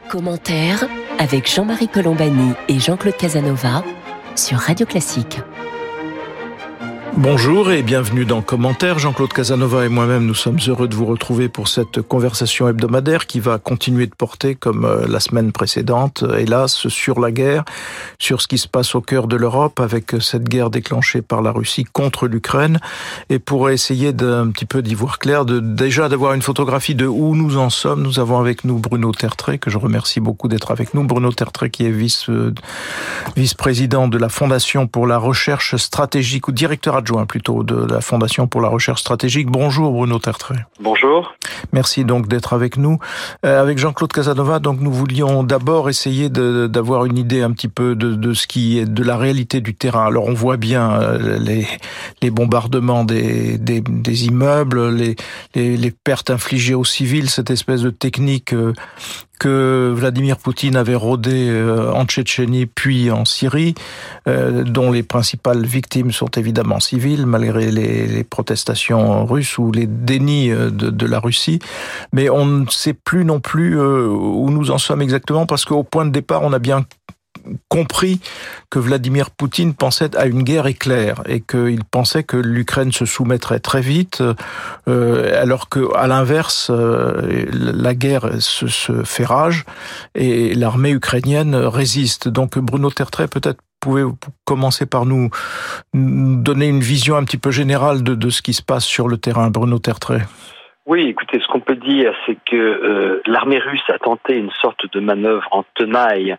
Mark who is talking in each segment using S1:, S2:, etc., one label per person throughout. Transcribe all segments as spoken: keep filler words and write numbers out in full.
S1: Commentaire avec Jean-Marie Colombani et Jean-Claude Casanova sur Radio Classique.
S2: Bonjour et bienvenue dans Commentaire. Jean-Claude Casanova et moi-même, nous sommes heureux de vous retrouver pour cette conversation hebdomadaire qui va continuer de porter, comme la semaine précédente, hélas, sur la guerre, sur ce qui se passe au cœur de l'Europe avec cette guerre déclenchée par la Russie contre l'Ukraine. Et pour essayer d'un petit peu d'y voir clair, de, déjà d'avoir une photographie de où nous en sommes, nous avons avec nous Bruno Tertrais, que je remercie beaucoup d'être avec nous. Bruno Tertrais qui est vice, euh, vice-président de la Fondation pour la recherche stratégique, ou directeur adjoint plutôt de la Fondation pour la recherche stratégique. Bonjour Bruno Tertrais.
S3: Bonjour.
S2: Merci donc d'être avec nous. Euh, avec Jean-Claude Casanova, donc nous voulions d'abord essayer de, d'avoir une idée un petit peu de, de ce qui est de la réalité du terrain. Alors on voit bien euh, les, les bombardements des, des, des immeubles, les, les, les pertes infligées aux civils, cette espèce de technique euh, que Vladimir Poutine avait rodé en Tchétchénie puis en Syrie, euh, dont les principales victimes sont évidemment civiles, malgré les, les protestations russes ou les dénis de, de la Russie. Mais on ne sait plus non plus euh, où nous en sommes exactement, parce qu'au point de départ, on a bien compris que Vladimir Poutine pensait à une guerre éclair et qu'il pensait que l'Ukraine se soumettrait très vite, euh, alors que à l'inverse, euh, la guerre se, se fait rage et l'armée ukrainienne résiste. Donc Bruno Tertrais, peut-être pouvez-vous commencer par nous donner une vision un petit peu générale de, de ce qui se passe sur le terrain, Bruno Tertrais.
S3: Oui, écoutez, ce qu'on peut dire, c'est que euh, l'armée russe a tenté une sorte de manœuvre en tenaille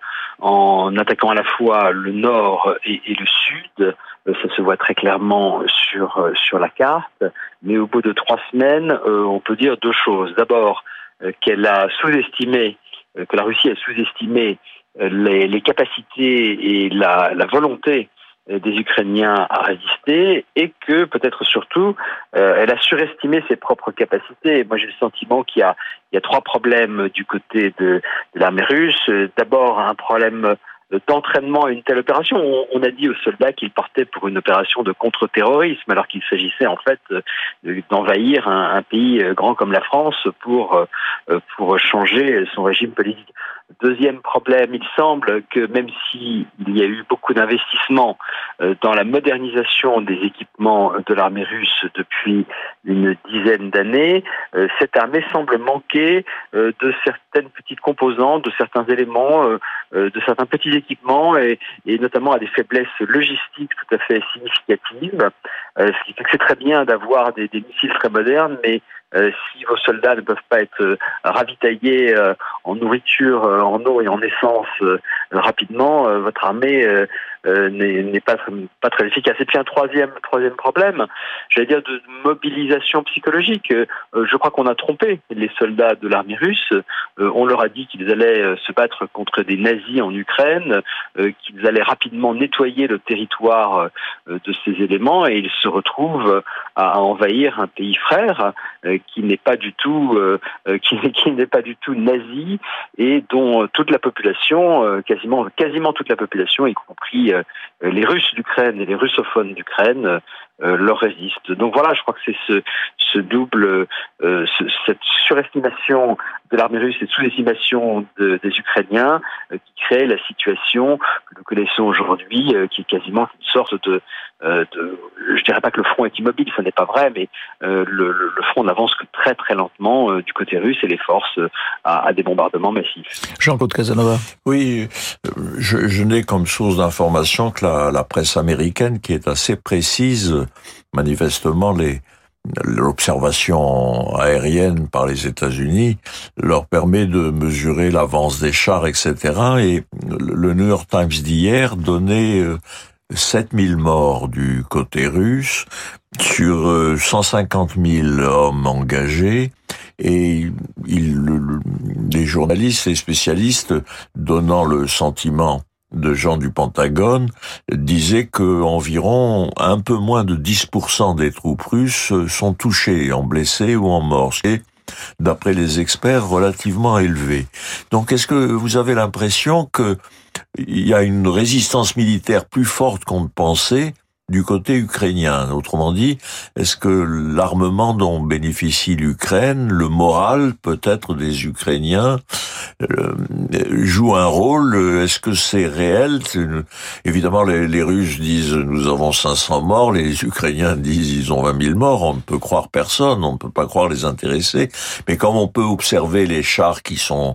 S3: en attaquant à la fois le nord et, et le sud. Euh, ça se voit très clairement sur euh, sur la carte. Mais au bout de trois semaines, euh, on peut dire deux choses. D'abord, euh, qu'elle a sous-estimé, euh, que la Russie a sous-estimé euh, les, les capacités et la, la volonté des Ukrainiens à résister, et que peut-être surtout euh, elle a surestimé ses propres capacités. Moi j'ai le sentiment qu'il y a, il y a trois problèmes du côté de, de l'armée russe. D'abord un problème d'entraînement à une telle opération. On, on a dit aux soldats qu'ils partaient pour une opération de contre-terrorisme, alors qu'il s'agissait en fait d'envahir un, un pays grand comme la France pour, pour changer son régime politique. Deuxième problème, il semble que même s'il y a eu beaucoup d'investissements dans la modernisation des équipements de l'armée russe depuis une dizaine d'années, cette armée semble manquer de certaines petites composantes, de certains éléments, de certains petits équipements et, et notamment à des faiblesses logistiques tout à fait significatives. Ce qui fait que c'est très bien d'avoir des, des missiles très modernes, mais Euh, si vos soldats ne peuvent pas être euh, ravitaillés euh, en nourriture, euh, en eau et en essence euh, rapidement, euh, votre armée euh, euh, n'est, n'est pas, pas très efficace. Et puis un troisième, troisième problème, j'allais dire de mobilisation psychologique. Euh, je crois qu'on a trompé les soldats de l'armée russe. Euh, on leur a dit qu'ils allaient euh, se battre contre des nazis en Ukraine, euh, qu'ils allaient rapidement nettoyer le territoire euh, de ces éléments, et ils se retrouvent à, à envahir un pays frère euh, qui n'est pas du tout euh, qui, qui n'est pas du tout nazi, et dont toute la population, euh, quasiment quasiment toute la population, y compris euh, les Russes d'Ukraine et les russophones d'Ukraine, euh, leur résistent. Donc voilà, je crois que c'est ce, ce double, euh, ce, cette surestimation de l'armée russe et sous-estimation de, des Ukrainiens euh, qui crée la situation que nous connaissons aujourd'hui, euh, qui est quasiment une sorte de, euh, de, je dirais pas que le front est immobile, ce n'est pas vrai, mais euh, le, le, le front n'avance que très très lentement euh, du côté russe, et les forces euh, à, à des bombardements massifs.
S2: Jean-Claude Casanova.
S4: Oui, je, je n'ai comme source d'information que la, la presse américaine, qui est assez précise. Manifestement, les l'observation aérienne par les États-Unis leur permet de mesurer l'avance des chars, et cetera. Et le New York Times d'hier donnait sept mille morts du côté russe sur cent cinquante mille hommes engagés, et il, les journalistes et spécialistes, donnant le sentiment de gens du Pentagone, disaient que environ un peu moins de dix pour cent des troupes russes sont touchées, en blessés ou en morts. Et d'après les experts, relativement élevé. Donc, est-ce que vous avez l'impression que il y a une résistance militaire plus forte qu'on ne pensait du côté ukrainien? Autrement dit, est-ce que l'armement dont bénéficie l'Ukraine, le moral peut-être des Ukrainiens, joue un rôle. Est-ce que c'est réel? C'est une... Évidemment, les, les Russes disent nous avons cinq cents morts, les Ukrainiens disent ils ont vingt mille morts. On ne peut croire personne, on ne peut pas croire les intéressés. Mais comme on peut observer les chars qui sont,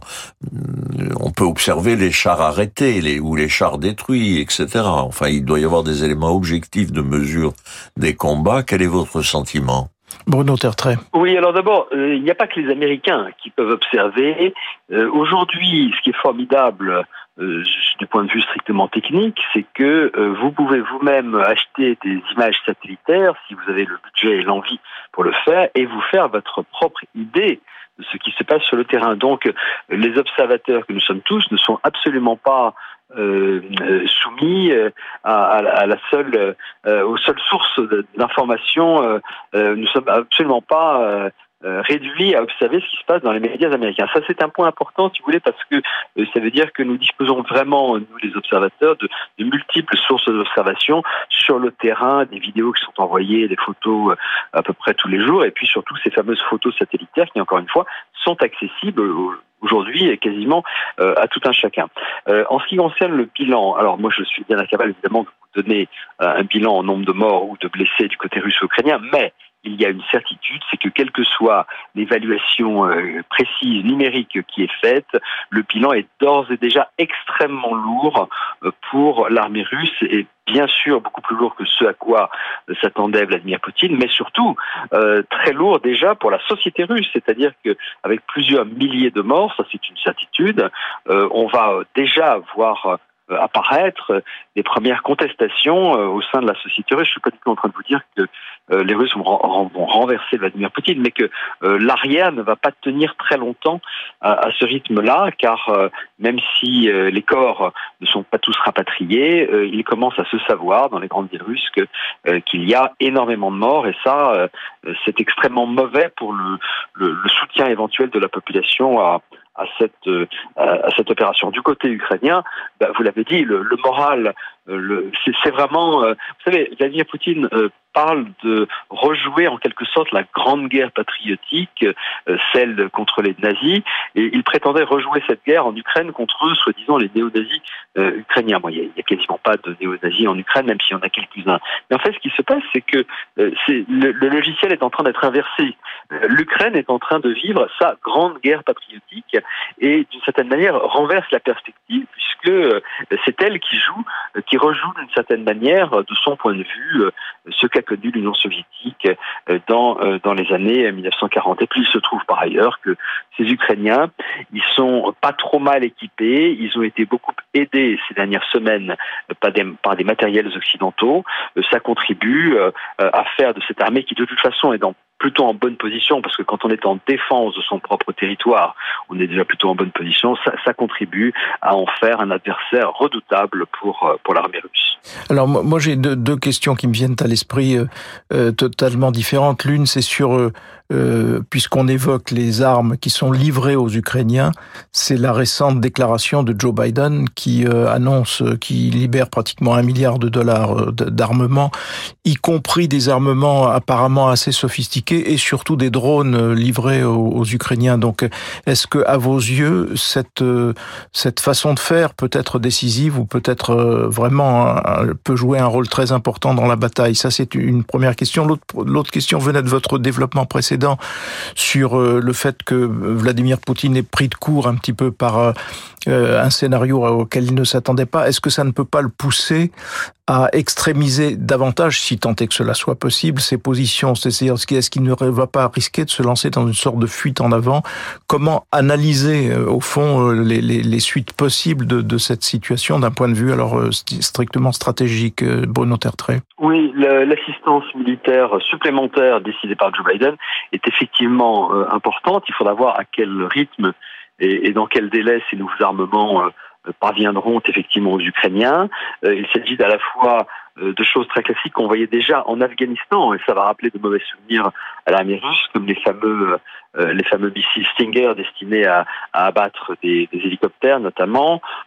S4: on peut observer les chars arrêtés, les ou les chars détruits, et cetera. Enfin, il doit y avoir des éléments objectifs de mesure des combats. Quel est votre sentiment?
S2: Bruno Tertrais.
S3: Oui, alors d'abord, euh, il n'y a pas que les Américains qui peuvent observer. Euh, aujourd'hui, ce qui est formidable euh, du point de vue strictement technique, c'est que euh, vous pouvez vous-même acheter des images satellitaires, si vous avez le budget et l'envie pour le faire, et vous faire votre propre idée de ce qui se passe sur le terrain. Donc, les observateurs que nous sommes tous ne sont absolument pas Euh, euh, soumis euh, à, à la seule, euh, aux seules sources d'informations. Euh, euh, nous sommes absolument pas euh, euh, réduits à observer ce qui se passe dans les médias américains. Ça, c'est un point important, si vous voulez, parce que euh, ça veut dire que nous disposons vraiment, nous les observateurs, de, de multiples sources d'observation sur le terrain, des vidéos qui sont envoyées, des photos euh, à peu près tous les jours, et puis surtout ces fameuses photos satellitaires qui, encore une fois, sont accessibles aux aujourd'hui et quasiment euh, à tout un chacun. Euh, en ce qui concerne le bilan, alors moi je suis bien incapable évidemment de vous donner euh, un bilan en nombre de morts ou de blessés du côté russe ou ukrainien, mais il y a une certitude, c'est que quelle que soit l'évaluation euh, précise, numérique qui est faite, le bilan est d'ores et déjà extrêmement lourd euh, pour l'armée russe et bien sûr beaucoup plus lourd que ce à quoi euh, s'attendait Vladimir Poutine, mais surtout euh, très lourd déjà pour la société russe, c'est-à-dire qu'avec plusieurs milliers de morts, ça c'est une certitude, euh, on va déjà voir euh, apparaître des premières contestations euh, au sein de la société russe. Je suis pas du tout en train de vous dire que euh, les Russes vont, ren- vont renverser Vladimir Poutine, mais que euh, l'arrière ne va pas tenir très longtemps à, à ce rythme-là, car euh, même si euh, les corps ne sont pas tous rapatriés, euh, il commence à se savoir dans les grandes villes russes que, euh, qu'il y a énormément de morts, et ça, euh, c'est extrêmement mauvais pour le, le, le soutien éventuel de la population à à cette euh, à cette opération. Du côté ukrainien, bah, vous l'avez dit, le, le moral, euh, le, c'est, c'est vraiment, euh, vous savez, Vladimir Poutine euh, parle de rejouer en quelque sorte la grande guerre patriotique, euh, celle contre les nazis, et il prétendait rejouer cette guerre en Ukraine contre eux, soi-disant les néo-nazis euh, ukrainiens. Bon, il y, a quasiment pas de néo-nazis en Ukraine, même s'il y en a quelques-uns. Mais en fait, ce qui se passe, c'est que euh, c'est, le, le logiciel est en train d'être inversé. Euh, L'Ukraine est en train de vivre sa grande guerre patriotique et, d'une certaine manière, renverse la perspective, puisque euh, c'est elle qui joue, euh, qui rejoue d'une certaine manière, de son point de vue, euh, ce qu'a connu l'Union soviétique euh, dans, euh, dans les années mille neuf cent quarante. Et puis, il se trouve par ailleurs que ces Ukrainiens, ils sont pas trop mal équipés, ils ont été beaucoup aidés ces dernières semaines euh, par, des, par des matériels occidentaux. Euh, ça contribue euh, à faire de cette armée qui, de toute façon, est dans plutôt en bonne position, parce que quand on est en défense de son propre territoire, on est déjà plutôt en bonne position, ça, ça contribue à en faire un adversaire redoutable pour, pour l'armée russe.
S2: Alors moi j'ai deux, deux questions qui me viennent à l'esprit euh, euh, totalement différentes. L'une c'est sur, euh, euh, puisqu'on évoque les armes qui sont livrées aux Ukrainiens, c'est la récente déclaration de Joe Biden qui euh, annonce, qui libère pratiquement un milliard de dollars d'armement, y compris des armements apparemment assez sophistiqués et surtout des drones livrés aux, aux Ukrainiens. Donc, est-ce que, à vos yeux, cette cette façon de faire peut être décisive ou peut être vraiment un, peut jouer un rôle très important dans la bataille? Ça, c'est une première question. L'autre l'autre question venait de votre développement précédent sur le fait que Vladimir Poutine est pris de court un petit peu par un scénario auquel il ne s'attendait pas. Est-ce que ça ne peut pas le pousser à extrémiser davantage, si tant est que cela soit possible, ses positions? C'est-à-dire, est-ce qu'il ne va pas risquer de se lancer dans une sorte de fuite en avant? Comment analyser, au fond, les, les, les suites possibles de, de cette situation d'un point de vue alors strictement stratégique, Bruno Tertrais?
S3: Oui, le, l'assistance militaire supplémentaire décidée par Joe Biden est effectivement euh, importante. Il faudra voir à quel rythme et, et dans quel délai ces nouveaux armements euh, parviendront effectivement aux Ukrainiens. Euh, il s'agit à la fois euh, de choses très classiques qu'on voyait déjà en Afghanistan, et ça va rappeler de mauvais souvenirs à l'armée russe, comme les fameux euh, les fameux missiles Stinger destinés à, à abattre des, des hélicoptères notamment,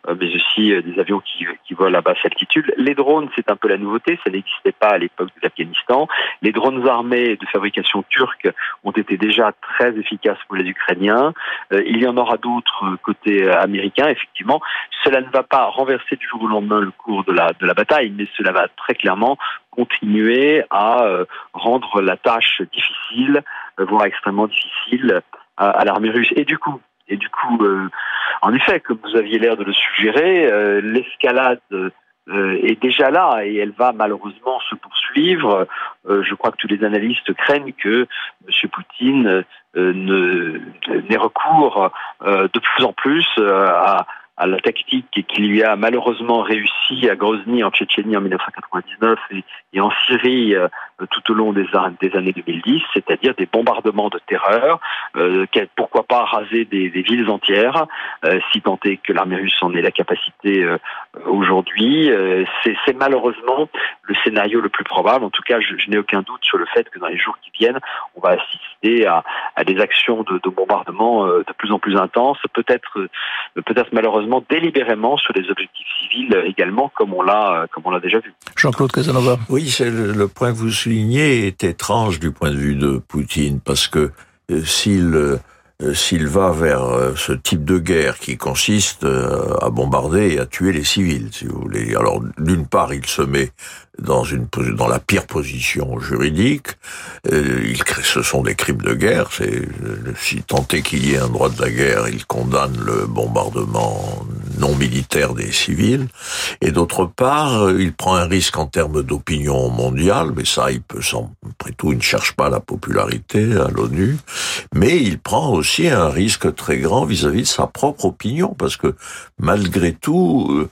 S3: mais aussi des avions qui, qui volent à basse altitude. Les drones, c'est un peu la nouveauté, ça n'existait pas à l'époque de l'Afghanistan. Les drones armés de fabrication turque ont été déjà très efficaces pour les Ukrainiens. Il y en aura d'autres côté américain, effectivement. Cela ne va pas renverser du jour au lendemain le cours de la, de la bataille, mais cela va très clairement continuer à rendre la tâche difficile, voire extrêmement difficile à, à l'armée russe. Et du coup, Et du coup, euh, en effet, comme vous aviez l'air de le suggérer, euh, l'escalade euh, est déjà là et elle va malheureusement se poursuivre. Euh, je crois que tous les analystes craignent que M. Poutine euh, ne, n'ait recours euh, de plus en plus euh, à, à la tactique qui lui a malheureusement réussi à Grozny en Tchétchénie en dix-neuf cent quatre-vingt-dix-neuf et, et en Syrie euh, tout au long des, des années deux mille dix, c'est-à-dire des bombardements de terreur, euh, pourquoi pas raser des, des villes entières, euh, si tant est que l'armée russe en ait la capacité euh, aujourd'hui. Euh, c'est, c'est malheureusement le scénario le plus probable. En tout cas, je, je n'ai aucun doute sur le fait que dans les jours qui viennent, on va assister à, à des actions de, de bombardement euh, de plus en plus intenses, peut-être, euh, peut-être malheureusement délibérément sur des objectifs civils également, comme on l'a, comme on l'a déjà vu.
S2: Jean-Claude Casanova.
S4: Oui, c'est le, le point que vous soulignez est étrange du point de vue de Poutine, parce que euh, s'il euh, s'il va vers euh, ce type de guerre qui consiste euh, à bombarder et à tuer les civils, si vous voulez. Alors, d'une part, il se met dans une dans la pire position juridique. Euh, il crée, ce sont des crimes de guerre. C'est euh, si tant est qu'il y ait un droit de la guerre, il condamne le bombardement non militaire des civils. Et d'autre part, il prend un risque en termes d'opinion mondiale, mais ça, il peut, après tout, il ne cherche pas la popularité à l'ONU, mais il prend aussi un risque très grand vis-à-vis de sa propre opinion, parce que malgré tout,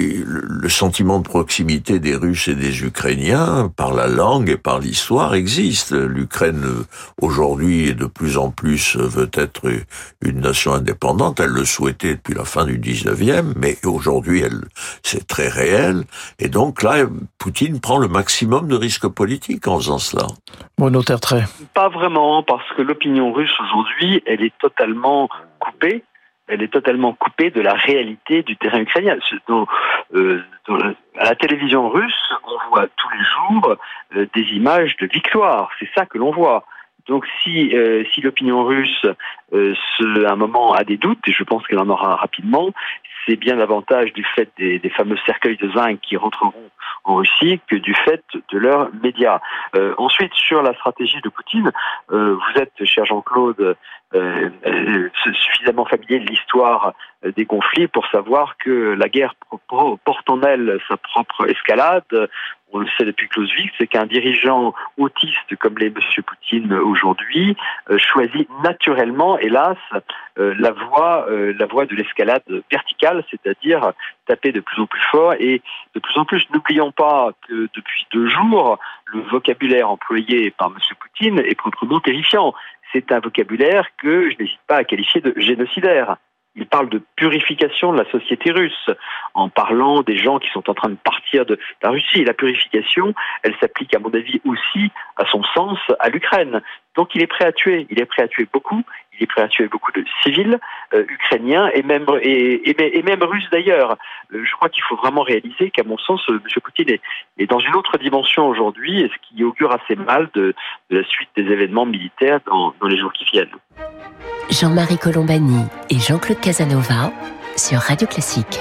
S4: le sentiment de proximité des Russes et des Ukrainiens, par la langue et par l'histoire, existe. L'Ukraine, aujourd'hui, et de plus en plus, veut être une nation indépendante. Elle le souhaitait depuis la fin du dix-neuvième, mais aujourd'hui, elle, c'est très réel. Et donc là, Poutine prend le maximum de risques politiques en faisant cela.
S2: Bruno Tertrais.
S3: Pas vraiment, parce que l'opinion russe aujourd'hui, elle est totalement coupée. Elle est totalement coupée de la réalité du terrain ukrainien. Dans, euh, dans la, à la télévision russe, on voit tous les jours euh, des images de victoire. C'est ça que l'on voit. Donc si euh, si l'opinion russe, euh, ce, à un moment, a des doutes, et je pense qu'elle en aura rapidement, c'est bien davantage du fait des, des fameux cercueils de zinc qui rentreront en Russie que du fait de leurs médias. Euh, ensuite, sur la stratégie de Poutine, euh, vous êtes, cher Jean-Claude, euh, euh, suffisamment familier de l'histoire des conflits pour savoir que la guerre porte en elle sa propre escalade. On le sait depuis Clausewitz, c'est qu'un dirigeant autiste comme l'est M. Poutine aujourd'hui euh, choisit naturellement, hélas, euh, la voie, euh, la voie de l'escalade verticale, c'est-à-dire taper de plus en plus fort et de plus en plus. N'oublions pas que depuis deux jours, le vocabulaire employé par M. Poutine est proprement terrifiant. C'est un vocabulaire que je n'hésite pas à qualifier de génocidaire. Il parle de purification de la société russe, en parlant des gens qui sont en train de partir de la Russie. Et la purification, elle s'applique, à mon avis, aussi, à son sens, à l'Ukraine. Donc il est prêt à tuer. Il est prêt à tuer beaucoup. Il est prêt à tuer beaucoup de civils euh, ukrainiens et même, et, et, et même russes d'ailleurs. Euh, je crois qu'il faut vraiment réaliser qu'à mon sens, euh, M. Poutine est, est dans une autre dimension aujourd'hui, ce qui augure assez mal de, de la suite des événements militaires dans, dans les jours qui viennent.
S1: Jean-Marie Colombani et Jean-Claude Casanova sur Radio Classique.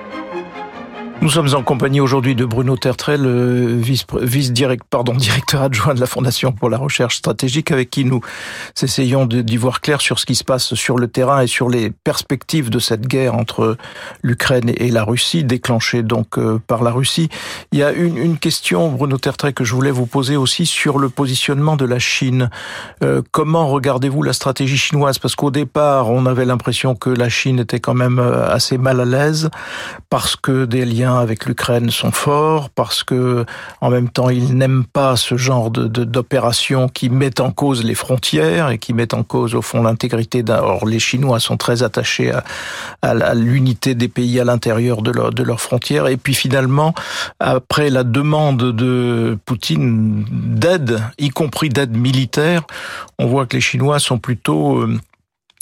S2: Nous sommes en compagnie aujourd'hui de Bruno Tertrais, le vice, vice direct, pardon, directeur adjoint de la Fondation pour la recherche stratégique, avec qui nous essayons d'y voir clair sur ce qui se passe sur le terrain et sur les perspectives de cette guerre entre l'Ukraine et la Russie, déclenchée donc euh, par la Russie. Il y a une, une question, Bruno Tertrais, que je voulais vous poser aussi sur le positionnement de la Chine. Euh, comment regardez-vous la stratégie chinoise? Parce qu'au départ, on avait l'impression que la Chine était quand même assez mal à l'aise, parce que des liens avec l'Ukraine sont forts, parce que en même temps ils n'aiment pas ce genre de, de d'opérations qui mettent en cause les frontières et qui mettent en cause au fond l'intégrité d'un. Or les Chinois sont très attachés à, à, à l'unité des pays à l'intérieur de leur de leurs frontières. Et puis finalement, après la demande de Poutine d'aide, y compris d'aide militaire, on voit que les Chinois sont plutôt euh,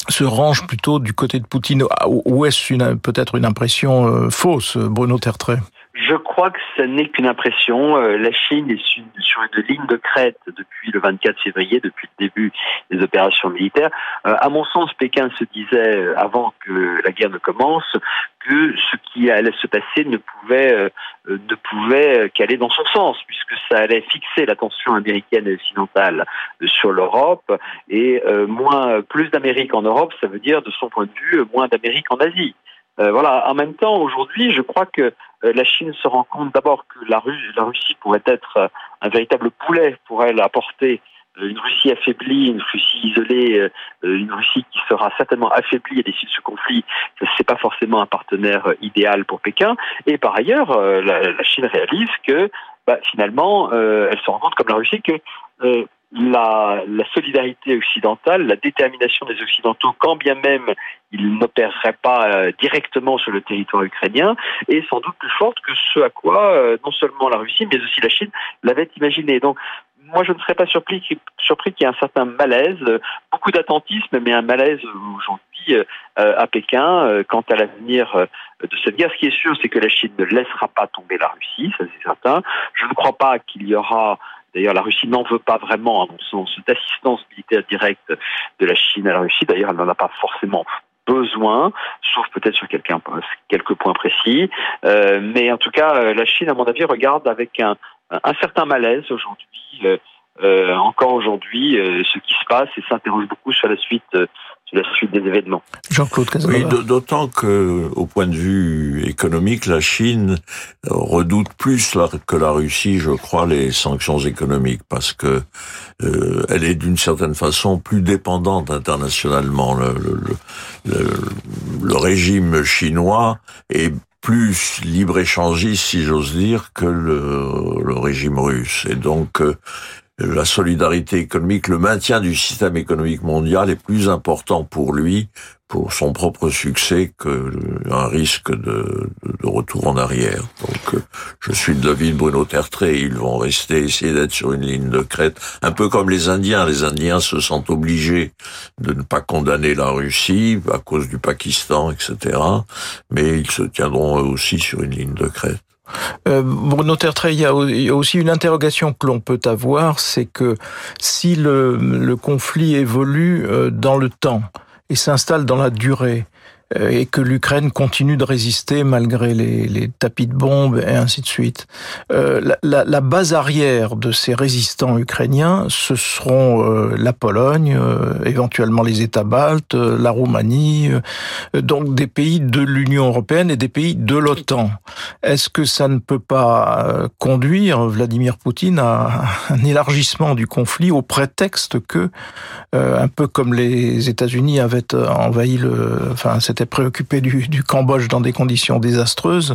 S2: se range plutôt du côté de Poutine, ou est-ce une, peut-être une impression euh, fausse, Bruno Tertrais ?
S3: Je crois que ce n'est qu'une impression. La Chine est sur une ligne de crête depuis le vingt-quatre février, depuis le début des opérations militaires. À mon sens, Pékin se disait, avant que la guerre ne commence, que ce qui allait se passer ne pouvait, ne pouvait qu'aller dans son sens, puisque ça allait fixer l'attention américaine et occidentale sur l'Europe, et moins, plus d'Amérique en Europe, ça veut dire, de son point de vue, moins d'Amérique en Asie. Euh, voilà. En même temps, aujourd'hui, je crois que euh, la Chine se rend compte d'abord que la, Ru- la Russie pourrait être euh, un véritable boulet pour elle apporter euh, une Russie affaiblie, une Russie isolée, euh, une Russie qui sera certainement affaiblie à l'issue de ce conflit. C'est pas forcément un partenaire euh, idéal pour Pékin. Et par ailleurs, euh, la, la Chine réalise que bah, finalement, euh, elle se rend compte, comme la Russie, que euh, La, la solidarité occidentale, la détermination des Occidentaux, quand bien même ils n'opéreraient pas euh, directement sur le territoire ukrainien, est sans doute plus forte que ce à quoi euh, non seulement la Russie, mais aussi la Chine l'avaient imaginé. Donc, moi, je ne serais pas surpris, surpris qu'il y ait un certain malaise, euh, beaucoup d'attentisme, mais un malaise aujourd'hui euh, à Pékin euh, quant à l'avenir euh, de cette guerre. Ce qui est sûr, c'est que la Chine ne laissera pas tomber la Russie, ça c'est certain. Je ne crois pas qu'il y aura... D'ailleurs, la Russie n'en veut pas vraiment, à mon sens, d'assistance militaire directe de la Chine à la Russie. D'ailleurs, elle n'en a pas forcément besoin, sauf peut-être sur quelques, quelques points précis. Euh, mais en tout cas, la Chine, à mon avis, regarde avec un, un certain malaise aujourd'hui, euh, euh, encore aujourd'hui, euh, ce qui se passe et s'interroge beaucoup sur la suite euh, sur la suite des événements.
S2: Jean-Claude Casanova.
S4: Oui, d'autant que, au point de vue économique, la Chine redoute plus la, que la Russie, je crois, les sanctions économiques, parce que euh, elle est d'une certaine façon plus dépendante internationalement. Le, le, le, le régime chinois est plus libre-échangiste, si j'ose dire, que le, le régime russe. Et donc, euh, la solidarité économique, le maintien du système économique mondial est plus important pour lui, pour son propre succès, qu'un risque de, de retour en arrière. Donc, je suis de l'avis de Bruno Tertrais, ils vont rester, essayer d'être sur une ligne de crête, un peu comme les Indiens. Les Indiens se sentent obligés de ne pas condamner la Russie à cause du Pakistan, et cetera. Mais ils se tiendront eux aussi sur une ligne de crête.
S2: Euh, Bruno Tertrais, il y, a, il y a aussi une interrogation que l'on peut avoir, c'est que si le, le conflit évolue euh, dans le temps et s'installe dans la durée, euh, et que l'Ukraine continue de résister malgré les, les tapis de bombes et ainsi de suite, euh, la, la, la base arrière de ces résistants ukrainiens, ce seront euh, la Pologne, euh, éventuellement les États baltes, euh, la Roumanie, euh, donc des pays de l'Union européenne et des pays de l'OTAN. Est-ce que ça ne peut pas euh, conduire Vladimir Poutine à un élargissement du conflit au prétexte que, euh, un peu comme les États-Unis avaient envahi le, enfin, s'étaient préoccupés du, du Cambodge dans des conditions désastreuses,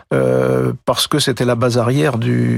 S2: euh, parce que c'était la base arrière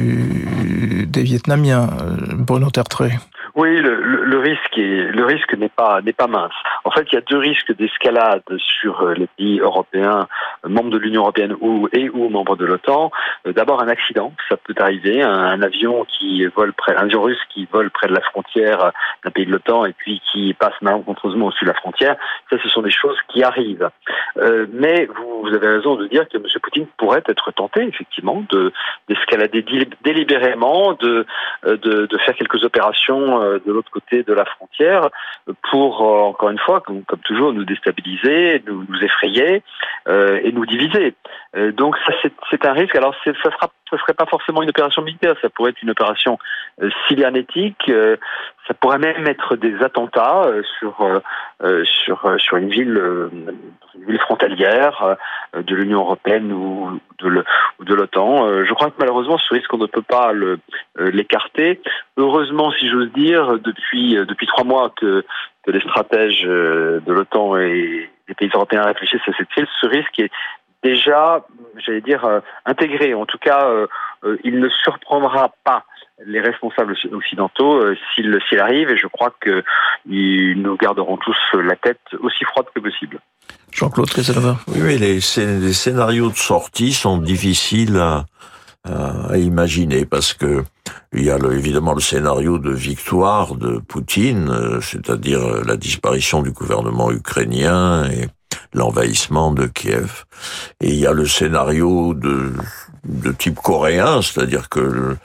S2: du, des Vietnamiens. Bruno Tertrais.
S3: Oui, le, le, le risque est, le risque n'est pas n'est pas mince. En fait, il y a deux risques d'escalade sur les pays européens, membres de l'Union européenne ou et ou membres de l'OTAN. D'abord, un accident, ça peut arriver, un, un avion qui vole près, un avion russe qui vole près de la frontière d'un pays de l'OTAN et puis qui passe malencontreusement au-dessus de la frontière. Ça, ce sont des choses qui arrivent. Euh, mais vous, vous avez raison de dire que M. Poutine pourrait être tenté, effectivement, de d'escalader délibérément, de de, de faire quelques opérations de l'autre côté de la frontière pour, euh, encore une fois, comme, comme toujours, nous déstabiliser, nous, nous effrayer euh, et nous diviser. Euh, donc ça, c'est, c'est un risque. Alors, c'est, ça sera, ça serait pas forcément une opération militaire, ça pourrait être une opération euh, cybernétique. Euh, ça pourrait même être des attentats euh, sur euh, sur euh, sur une ville, euh, une ville frontalière euh, de l'Union européenne ou de, le, ou de l'OTAN. Euh, je crois que malheureusement, ce risque, on ne peut pas le, euh, l'écarter. Heureusement, si j'ose dire, depuis euh, depuis trois mois que que les stratèges euh, de l'OTAN et des pays européens réfléchissent à cette crise, ce risque est déjà, j'allais dire, euh, intégré. En tout cas, euh, euh, il ne surprendra pas les responsables occidentaux euh, s'il, s'il arrive, et je crois que ils, nous garderons tous la tête aussi froide que possible.
S2: Jean-Claude Casanova.
S4: Oui, oui, les, les scénarios de sortie sont difficiles à, à, à imaginer, parce que Il y a le, évidemment le scénario de victoire de Poutine, euh, c'est-à-dire la disparition du gouvernement ukrainien et l'envahissement de Kiev. Et il y a le scénario de, de type coréen, c'est-à-dire que le,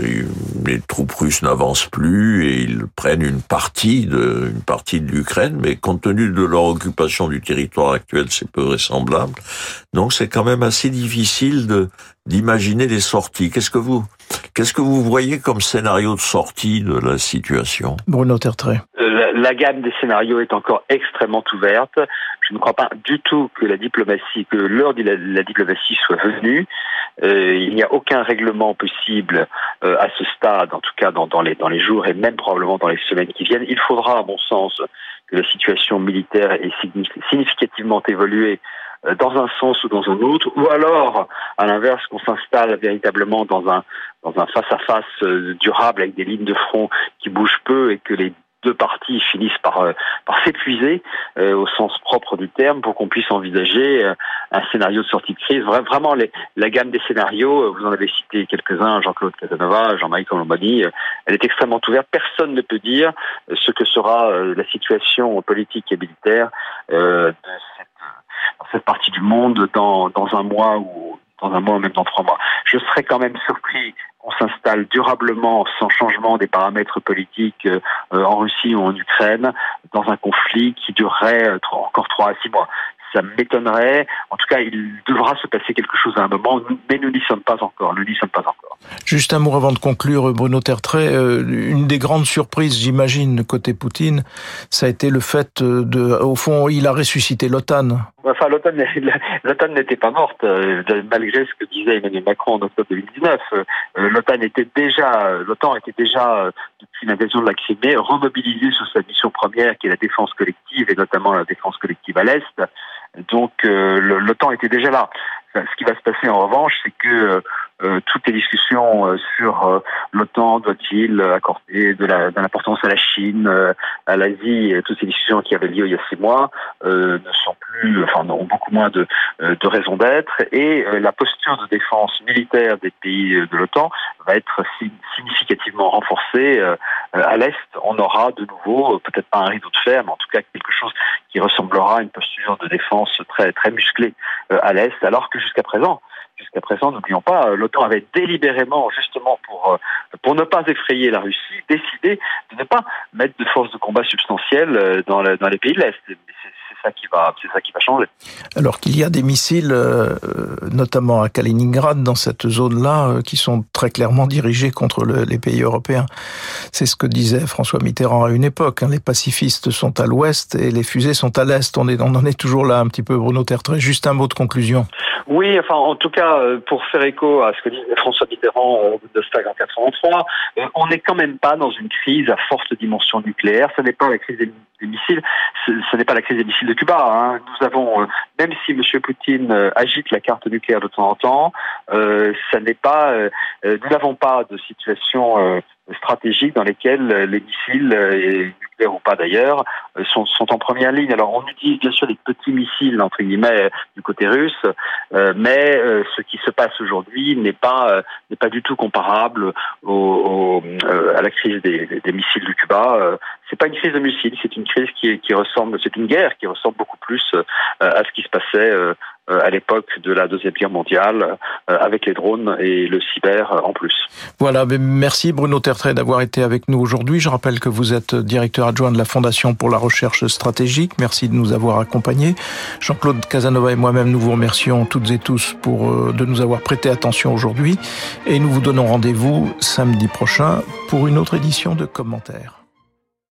S4: les troupes russes n'avancent plus et ils prennent une partie de, une partie de l'Ukraine, mais compte tenu de leur occupation du territoire actuel, c'est peu vraisemblable. Donc c'est quand même assez difficile de, d'imaginer des sorties. Qu'est-ce que vous, qu'est-ce que vous voyez comme scénario de sortie de la situation?
S2: Bruno Tertrais.
S3: La, la gamme des scénarios est encore extrêmement ouverte. Je ne crois pas du tout que la diplomatie, que l'heure de la, la diplomatie soit venue. Euh, il n'y a aucun règlement possible euh, à ce stade, en tout cas dans, dans, les, dans les jours et même probablement dans les semaines qui viennent. Il faudra, à mon sens, que la situation militaire ait significativement évolué dans un sens ou dans un autre, ou alors, à l'inverse, qu'on s'installe véritablement dans un dans un face-à-face durable avec des lignes de front qui bougent peu et que les deux parties finissent par euh, par s'épuiser euh, au sens propre du terme pour qu'on puisse envisager euh, un scénario de sortie de crise. Vraiment, les, la gamme des scénarios, vous en avez cité quelques-uns, Jean-Claude Casanova, Jean-Marie Colombani, euh, elle est extrêmement ouverte. Personne ne peut dire euh, ce que sera euh, la situation politique et militaire euh, de cette, dans cette partie du monde dans dans un mois ou dans un mois ou même dans trois mois. Je serais quand même surpris qu'on s'installe durablement, sans changement des paramètres politiques euh, en Russie ou en Ukraine, dans un conflit qui durerait euh, encore trois à six mois. Ça m'étonnerait. En tout cas, il devra se passer quelque chose à un moment, mais nous n'y sommes pas encore. Nous n'y sommes pas encore.
S2: Juste un mot avant de conclure, Bruno Tertrais. Euh, une des grandes surprises, j'imagine, côté Poutine, ça a été le fait de, au fond, il a ressuscité l'OTAN.
S3: Enfin, l'OTAN, l'OTAN n'était pas morte, euh, malgré ce que disait Emmanuel Macron en octobre deux mille dix-neuf. Euh, L'OTAN était déjà, l'OTAN était déjà, euh, depuis l'invasion de la Crimée, remobilisée sur sa mission première, qui est la défense collective, et notamment la défense collective à l'Est. Donc, euh, l'OTAN était déjà là. Ce qui va se passer en revanche, c'est que euh, toutes les discussions euh, sur euh, l'OTAN doit-il accorder de l'importance à la Chine, euh, à l'Asie, toutes ces discussions qui avaient lieu il y a six mois euh, ne sont plus, enfin, ont beaucoup moins de, euh, de raison d'être. Et euh, la posture de défense militaire des pays de l'OTAN va être significativement renforcée. Euh, à l'Est, on aura de nouveau, peut-être pas un rideau de fer, mais en tout cas quelque chose qui ressemblera à une posture de défense très très musclée euh, à l'Est, alors que jusqu'à présent, jusqu'à présent, n'oublions pas, l'OTAN avait délibérément, justement pour pour ne pas effrayer la Russie, décidé de ne pas mettre de forces de combat substantielles dans, la, dans les pays de l'Est. C'est, c'est ça qui va, c'est ça qui va changer.
S2: Alors qu'il y a des missiles, euh, notamment à Kaliningrad, dans cette zone-là, euh, qui sont très clairement dirigés contre le, les pays européens. C'est ce que disait François Mitterrand à une époque. Hein, les pacifistes sont à l'ouest et les fusées sont à l'est. On, est, on en est toujours là un petit peu, Bruno Tertrais. Juste un mot de conclusion.
S3: Oui, enfin, en tout cas, pour faire écho à ce que disait François Mitterrand au Bundestag en quatre-vingt-trois, euh, on n'est quand même pas dans une crise à forte dimension nucléaire. Ce n'est pas la crise des, des missiles, ce, ce n'est pas la crise des missiles de Cuba. Hein. Nous avons, euh, même si M. Poutine euh, agite la carte nucléaire de temps en temps, euh, ça n'est pas, euh, nous n'avons pas de situation euh, stratégique dans lesquelles les missiles, et nucléaires ou pas d'ailleurs, sont, sont en première ligne. Alors on utilise bien sûr des petits missiles entre guillemets du côté russe, euh, mais euh, ce qui se passe aujourd'hui n'est pas euh, n'est pas du tout comparable au, au, euh, à la crise des, des, des missiles de Cuba. Euh, c'est pas une crise de missiles, c'est une crise qui, qui ressemble, c'est une guerre qui ressemble beaucoup plus euh, à ce qui se passait euh, à l'époque de la Deuxième Guerre mondiale, euh, avec les drones et le cyber en plus.
S2: Voilà, merci Bruno Tertrais d'avoir été avec nous aujourd'hui. Je rappelle que vous êtes directeur adjoint de la Fondation pour la recherche stratégique. Merci de nous avoir accompagnés. Jean-Claude Casanova et moi-même, nous vous remercions toutes et tous pour euh, de nous avoir prêté attention aujourd'hui. Et nous vous donnons rendez-vous samedi prochain pour une autre édition de Commentaires.